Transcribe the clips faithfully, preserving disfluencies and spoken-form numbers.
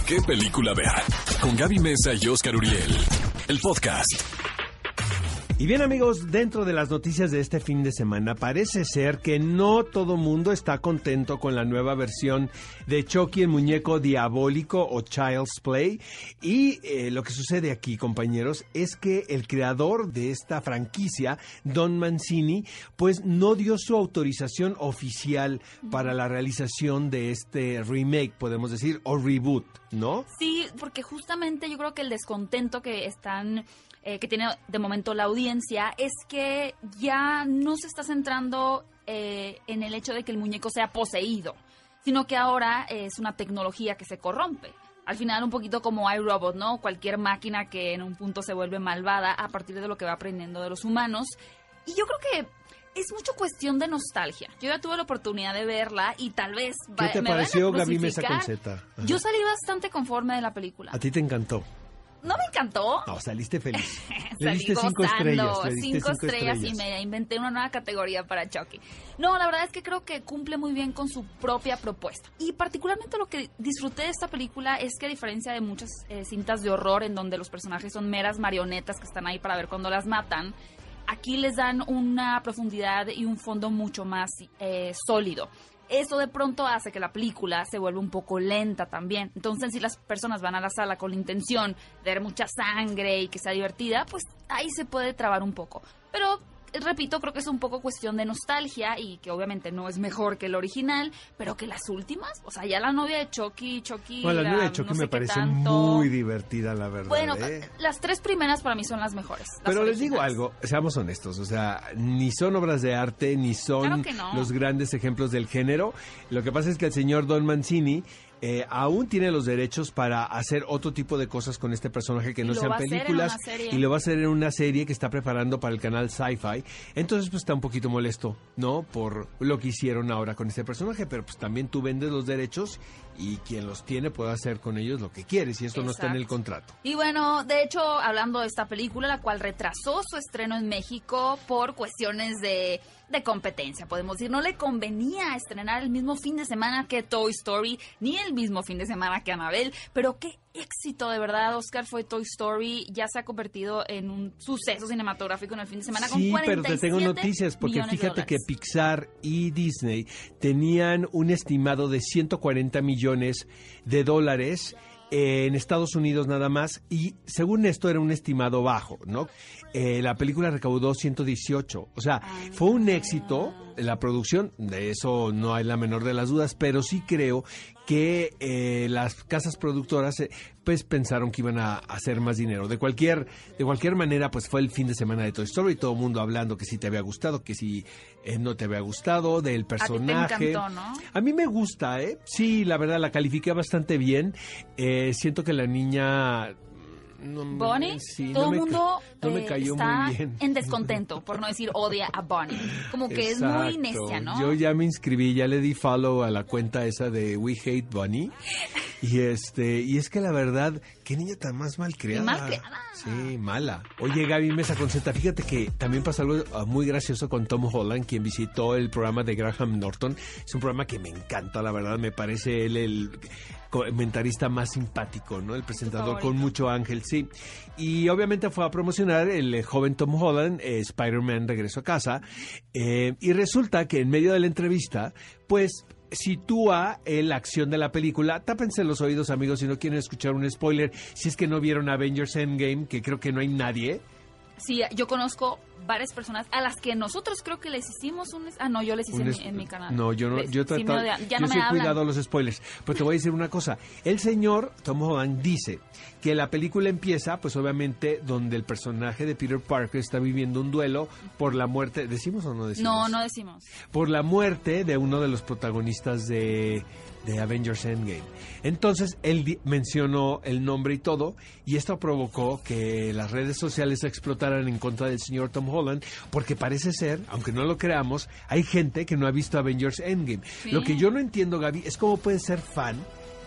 qué película ver. Con Gaby Mesa y Oscar Uriel. El podcast. Y bien, amigos, dentro de las noticias de este fin de semana, parece ser que no todo mundo está contento con la nueva versión de Chucky, el muñeco diabólico o Child's Play. Y eh, lo que sucede aquí, compañeros, es que el creador de esta franquicia, Don Mancini, pues no dio su autorización oficial para la realización de este remake, podemos decir, o reboot, ¿no? Sí, porque justamente yo creo que el descontento que están... Eh, que tiene de momento la audiencia, es que ya no se está centrando eh, en el hecho de que el muñeco sea poseído, sino que ahora es una tecnología que se corrompe. Al final un poquito como iRobot, ¿no? Cualquier máquina que en un punto se vuelve malvada a partir de lo que va aprendiendo de los humanos. Y yo creo que es mucho cuestión de nostalgia. Yo ya tuve la oportunidad de verla y tal vez... ¿Qué te me pareció, vayan a Gaby Mesa con crucificar. Z? Yo salí bastante conforme de la película. ¿A ti te encantó? No me encantó. No, saliste feliz. Le Salí diste cinco gozando, estrellas. Le diste cinco, cinco estrellas, estrellas y me inventé una nueva categoría para Chucky. No, la verdad es que creo que cumple muy bien con su propia propuesta. Y particularmente lo que disfruté de esta película es que, a diferencia de muchas eh, cintas de horror en donde los personajes son meras marionetas que están ahí para ver cuando las matan, aquí les dan una profundidad y un fondo mucho más eh, sólido. Eso de pronto hace que la película se vuelva un poco lenta también. Entonces, si las personas van a la sala con la intención de ver mucha sangre y que sea divertida, pues ahí se puede trabar un poco. Pero, repito, creo que es un poco cuestión de nostalgia y que obviamente no es mejor que el original, pero que las últimas, o sea, ya la novia de Chucky, Chucky... Bueno, la novia de Chucky no me sé parece tanto. muy divertida, la verdad. Bueno, ¿eh? las tres primeras para mí son las mejores. Las Pero les originales. digo algo, seamos honestos, o sea, ni son obras de arte, ni son Claro que no. los grandes ejemplos del género. Lo que pasa es que el señor Don Mancini eh, aún tiene los derechos para hacer otro tipo de cosas con este personaje que Y no lo sean va a hacer en películas, una serie. y lo va a hacer en una serie que está preparando para el canal Sci-Fi. Entonces, pues está un poquito molesto, ¿no? Por lo que hicieron ahora con este personaje, pero pues también tú vendes los derechos y quien los tiene puede hacer con ellos lo que quiere, si esto no está en el contrato. Y bueno, de hecho, hablando de esta película, la cual retrasó su estreno en México por cuestiones de, de competencia, podemos decir. No le convenía estrenar el mismo fin de semana que Toy Story, ni el mismo fin de semana que Annabelle, pero qué éxito de verdad, Oscar, fue Toy Story. Ya se ha convertido en un suceso cinematográfico en el fin de semana. Sí, con pero te tengo noticias, porque fíjate que Pixar y Disney tenían un estimado de ciento cuarenta millones de dólares en Estados Unidos nada más, y según esto era un estimado bajo, ¿no? Eh, la película recaudó ciento dieciocho, o sea, fue un éxito la producción, de eso no hay la menor de las dudas, pero sí creo que eh, las casas productoras eh, pues pensaron que iban a, a hacer más dinero. De cualquier de cualquier manera, pues fue el fin de semana de Toy Story, todo el mundo hablando que sí te había gustado, que sí eh, no te había gustado, del personaje. A ti te encantó, ¿no? A mí me gusta, ¿eh? Sí, la verdad, la califiqué bastante bien. Eh, siento que la niña... No, Bonnie, sí, todo no el me, mundo no me eh, cayó está muy bien. en descontento, por no decir odia a Bonnie. Como que Exacto. es muy necia, ¿no? Yo ya me inscribí, ya le di follow a la cuenta esa de We Hate Bonnie. Y este, y es que la verdad, qué niña tan más mal creada. Mal creada. Sí, mala. Oye, Gaby Mesa con Z, fíjate que también pasó algo uh, muy gracioso con Tom Holland, quien visitó el programa de Graham Norton. Es un programa que me encanta, la verdad, me parece él el comentarista más simpático, ¿no? El presentador con mucho ángel, sí. Y obviamente fue a promocionar el eh, joven Tom Holland, eh, Spider-Man Regreso a Casa, eh, y resulta que en medio de la entrevista, pues sitúa eh, la acción de la película. Tápense los oídos, amigos, si no quieren escuchar un spoiler, si es que no vieron Avengers Endgame, que creo que no hay nadie. Sí, yo conozco varias personas a las que nosotros creo que les hicimos un... Ah, no, yo les hice en, es... mi, en mi canal. No, yo no, les, yo he tratado, sí ya yo no sí me he hablan. cuidado los spoilers, pero te voy a decir una cosa, el señor Tom Holland dice que la película empieza, pues obviamente, donde el personaje de Peter Parker está viviendo un duelo por la muerte, ¿decimos o no decimos? No, no decimos. Por la muerte de uno de los protagonistas de... de Avengers Endgame. Entonces, él di- mencionó el nombre y todo, y esto provocó que las redes sociales explotaran en contra del señor Tom Holland, porque parece ser, aunque no lo creamos, hay gente que no ha visto Avengers Endgame. Sí. Lo que yo no entiendo, Gaby, es cómo puedes ser fan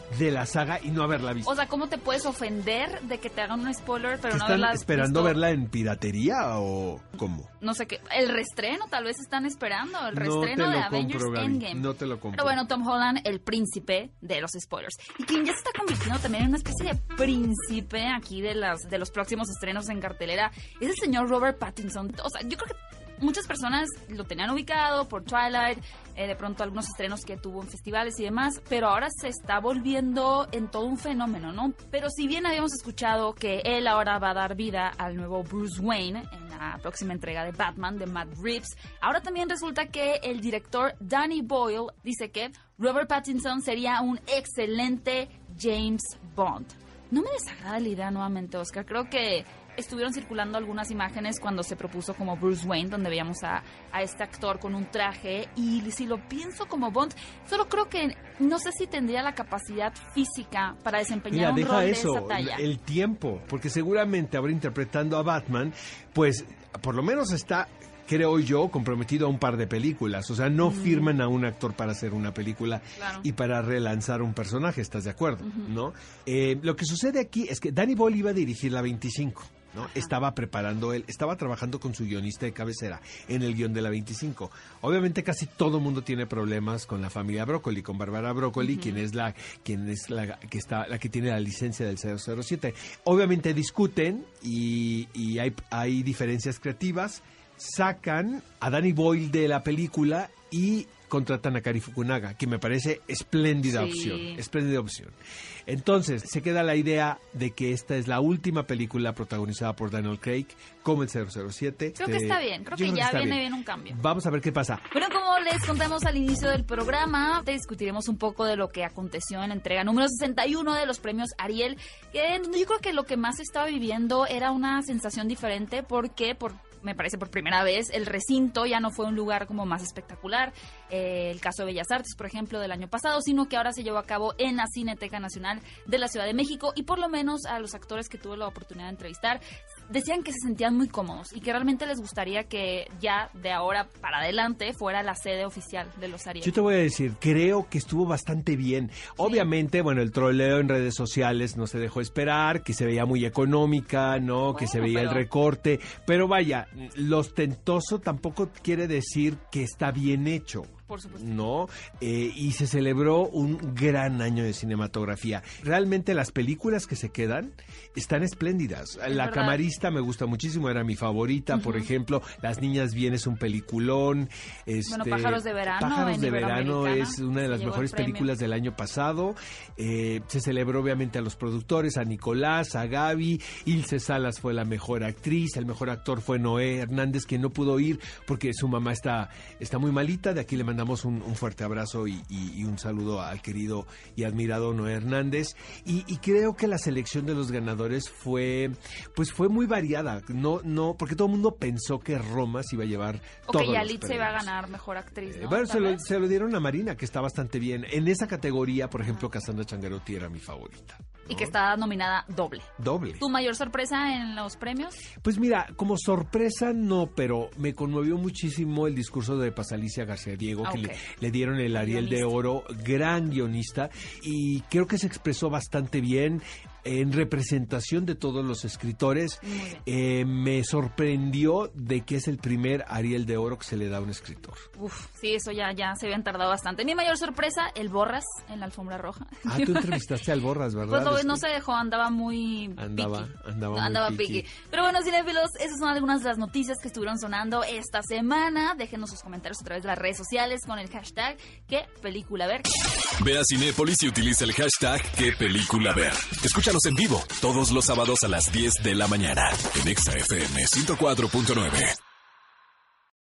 de la saga y no haberla visto. O sea, ¿cómo te puedes ofender de que te hagan un spoiler, pero no ¿Están haberla esperando visto? verla en piratería o cómo? No sé qué. El reestreno, tal vez están esperando. El reestreno no te de lo Avengers compro, Gaby. Endgame. No te lo compro. Pero bueno, Tom Holland, el príncipe de los spoilers. Y quien ya se está convirtiendo también en una especie de príncipe aquí de, las, de los próximos estrenos en cartelera es el señor Robert Pattinson. O sea, yo creo que muchas personas lo tenían ubicado por Twilight, eh, de pronto algunos estrenos que tuvo en festivales y demás, pero ahora se está volviendo en todo un fenómeno, ¿no? Pero si bien habíamos escuchado que él ahora va a dar vida al nuevo Bruce Wayne en la próxima entrega de Batman de Matt Reeves, ahora también resulta que el director Danny Boyle dice que Robert Pattinson sería un excelente James Bond. No me desagrada la idea nuevamente, Oscar. Creo que estuvieron circulando algunas imágenes cuando se propuso como Bruce Wayne, donde veíamos a, a este actor con un traje, y si lo pienso como Bond, solo creo que no sé si tendría la capacidad física para desempeñar Mira, un deja rol eso, de esa talla. El tiempo, porque seguramente ahora interpretando a Batman, pues por lo menos está, creo yo, comprometido a un par de películas. O sea, no uh-huh. firman a un actor para hacer una película claro. y para relanzar un personaje, ¿estás de acuerdo? Uh-huh. ¿No? Eh, lo que sucede aquí es que Danny Boyle iba a dirigir la veinticinco. ¿no? Ajá. Estaba preparando él, estaba trabajando con su guionista de cabecera en el guión de la veinticinco. Obviamente casi todo mundo tiene problemas con la familia Broccoli, con Bárbara Broccoli, uh-huh. quien es la quien es la que está la que tiene la licencia del cero cero siete. Obviamente discuten y, y hay, hay diferencias creativas. Sacan a Danny Boyle de la película y contratan a Cary Fukunaga, que me parece espléndida sí. opción, espléndida opción. Entonces, se queda la idea de que esta es la última película protagonizada por Daniel Craig como el cero cero siete. Creo que está bien, creo que ya que viene bien. bien un cambio. Vamos a ver qué pasa. Bueno, como les contamos al inicio del programa, te discutiremos un poco de lo que aconteció en la entrega número sesenta y uno de los premios Ariel, que yo creo que lo que más estaba viviendo era una sensación diferente, porque por me parece por primera vez, el recinto ya no fue un lugar como más espectacular, eh, el caso de Bellas Artes, por ejemplo, del año pasado, sino que ahora se llevó a cabo en la Cineteca Nacional de la Ciudad de México, y por lo menos a los actores que tuve la oportunidad de entrevistar decían que se sentían muy cómodos y que realmente les gustaría que ya de ahora para adelante fuera la sede oficial de los Ariel. Yo te voy a decir, creo que estuvo bastante bien. Sí. Obviamente, bueno, el troleo en redes sociales no se dejó esperar, que se veía muy económica, ¿no? Bueno, que se veía pero... el recorte, pero vaya, lo ostentoso tampoco quiere decir que está bien hecho. Por supuesto. No, eh, y se celebró un gran año de cinematografía. Realmente las películas que se quedan están espléndidas. Es La verdad. Camarista me gusta muchísimo, era mi favorita, uh-huh. por ejemplo. Las Niñas Bien es un peliculón. Este, bueno, Pájaros de Verano. Pájaros de Verano es una de las mejores películas del año pasado. Eh, se celebró obviamente a los productores, a Nicolás, a Gaby. Ilse Salas fue la mejor actriz. El mejor actor fue Noé Hernández, que no pudo ir porque su mamá está, está muy malita. De aquí le mandamos Mandamos un, un fuerte abrazo y, y, y un saludo al querido y admirado Noé Hernández. Y, y creo que la selección de los ganadores fue, pues fue muy variada. No, no, porque todo el mundo pensó que Roma se iba a llevar okay, todos y los Alice se iba a ganar mejor actriz, ¿no? Eh, bueno, se lo, se lo dieron a Marina, que está bastante bien. En esa categoría, por ejemplo, Cassandra Changuerotti era mi favorita, ¿no? Y que está nominada doble. Doble. ¿Tu mayor sorpresa en los premios? Pues mira, como sorpresa no, pero me conmovió muchísimo el discurso de Pasalicia García Diego, okay. que le, le dieron el Ariel de Oro, gran guionista, y creo que se expresó bastante bien en representación de todos los escritores. Eh, me sorprendió de que es el primer Ariel de Oro que se le da a un escritor. Uf, sí, eso ya, ya se habían tardado bastante. Mi mayor sorpresa, el Borras en la alfombra roja. Ah, tú entrevistaste al Borras, ¿verdad? Pues no, este... no se dejó, andaba muy Andaba, piqui. andaba, andaba muy piqui. Pero bueno, cinéfilos, esas son algunas de las noticias que estuvieron sonando esta semana. Déjenos sus comentarios a través de las redes sociales con el hashtag ¿Qué película ver? Ve a Cinépolis y utiliza el hashtag ¿Qué película ver? Escúchanos en vivo todos los sábados a las diez de la mañana en Exa F M ciento cuatro punto nueve.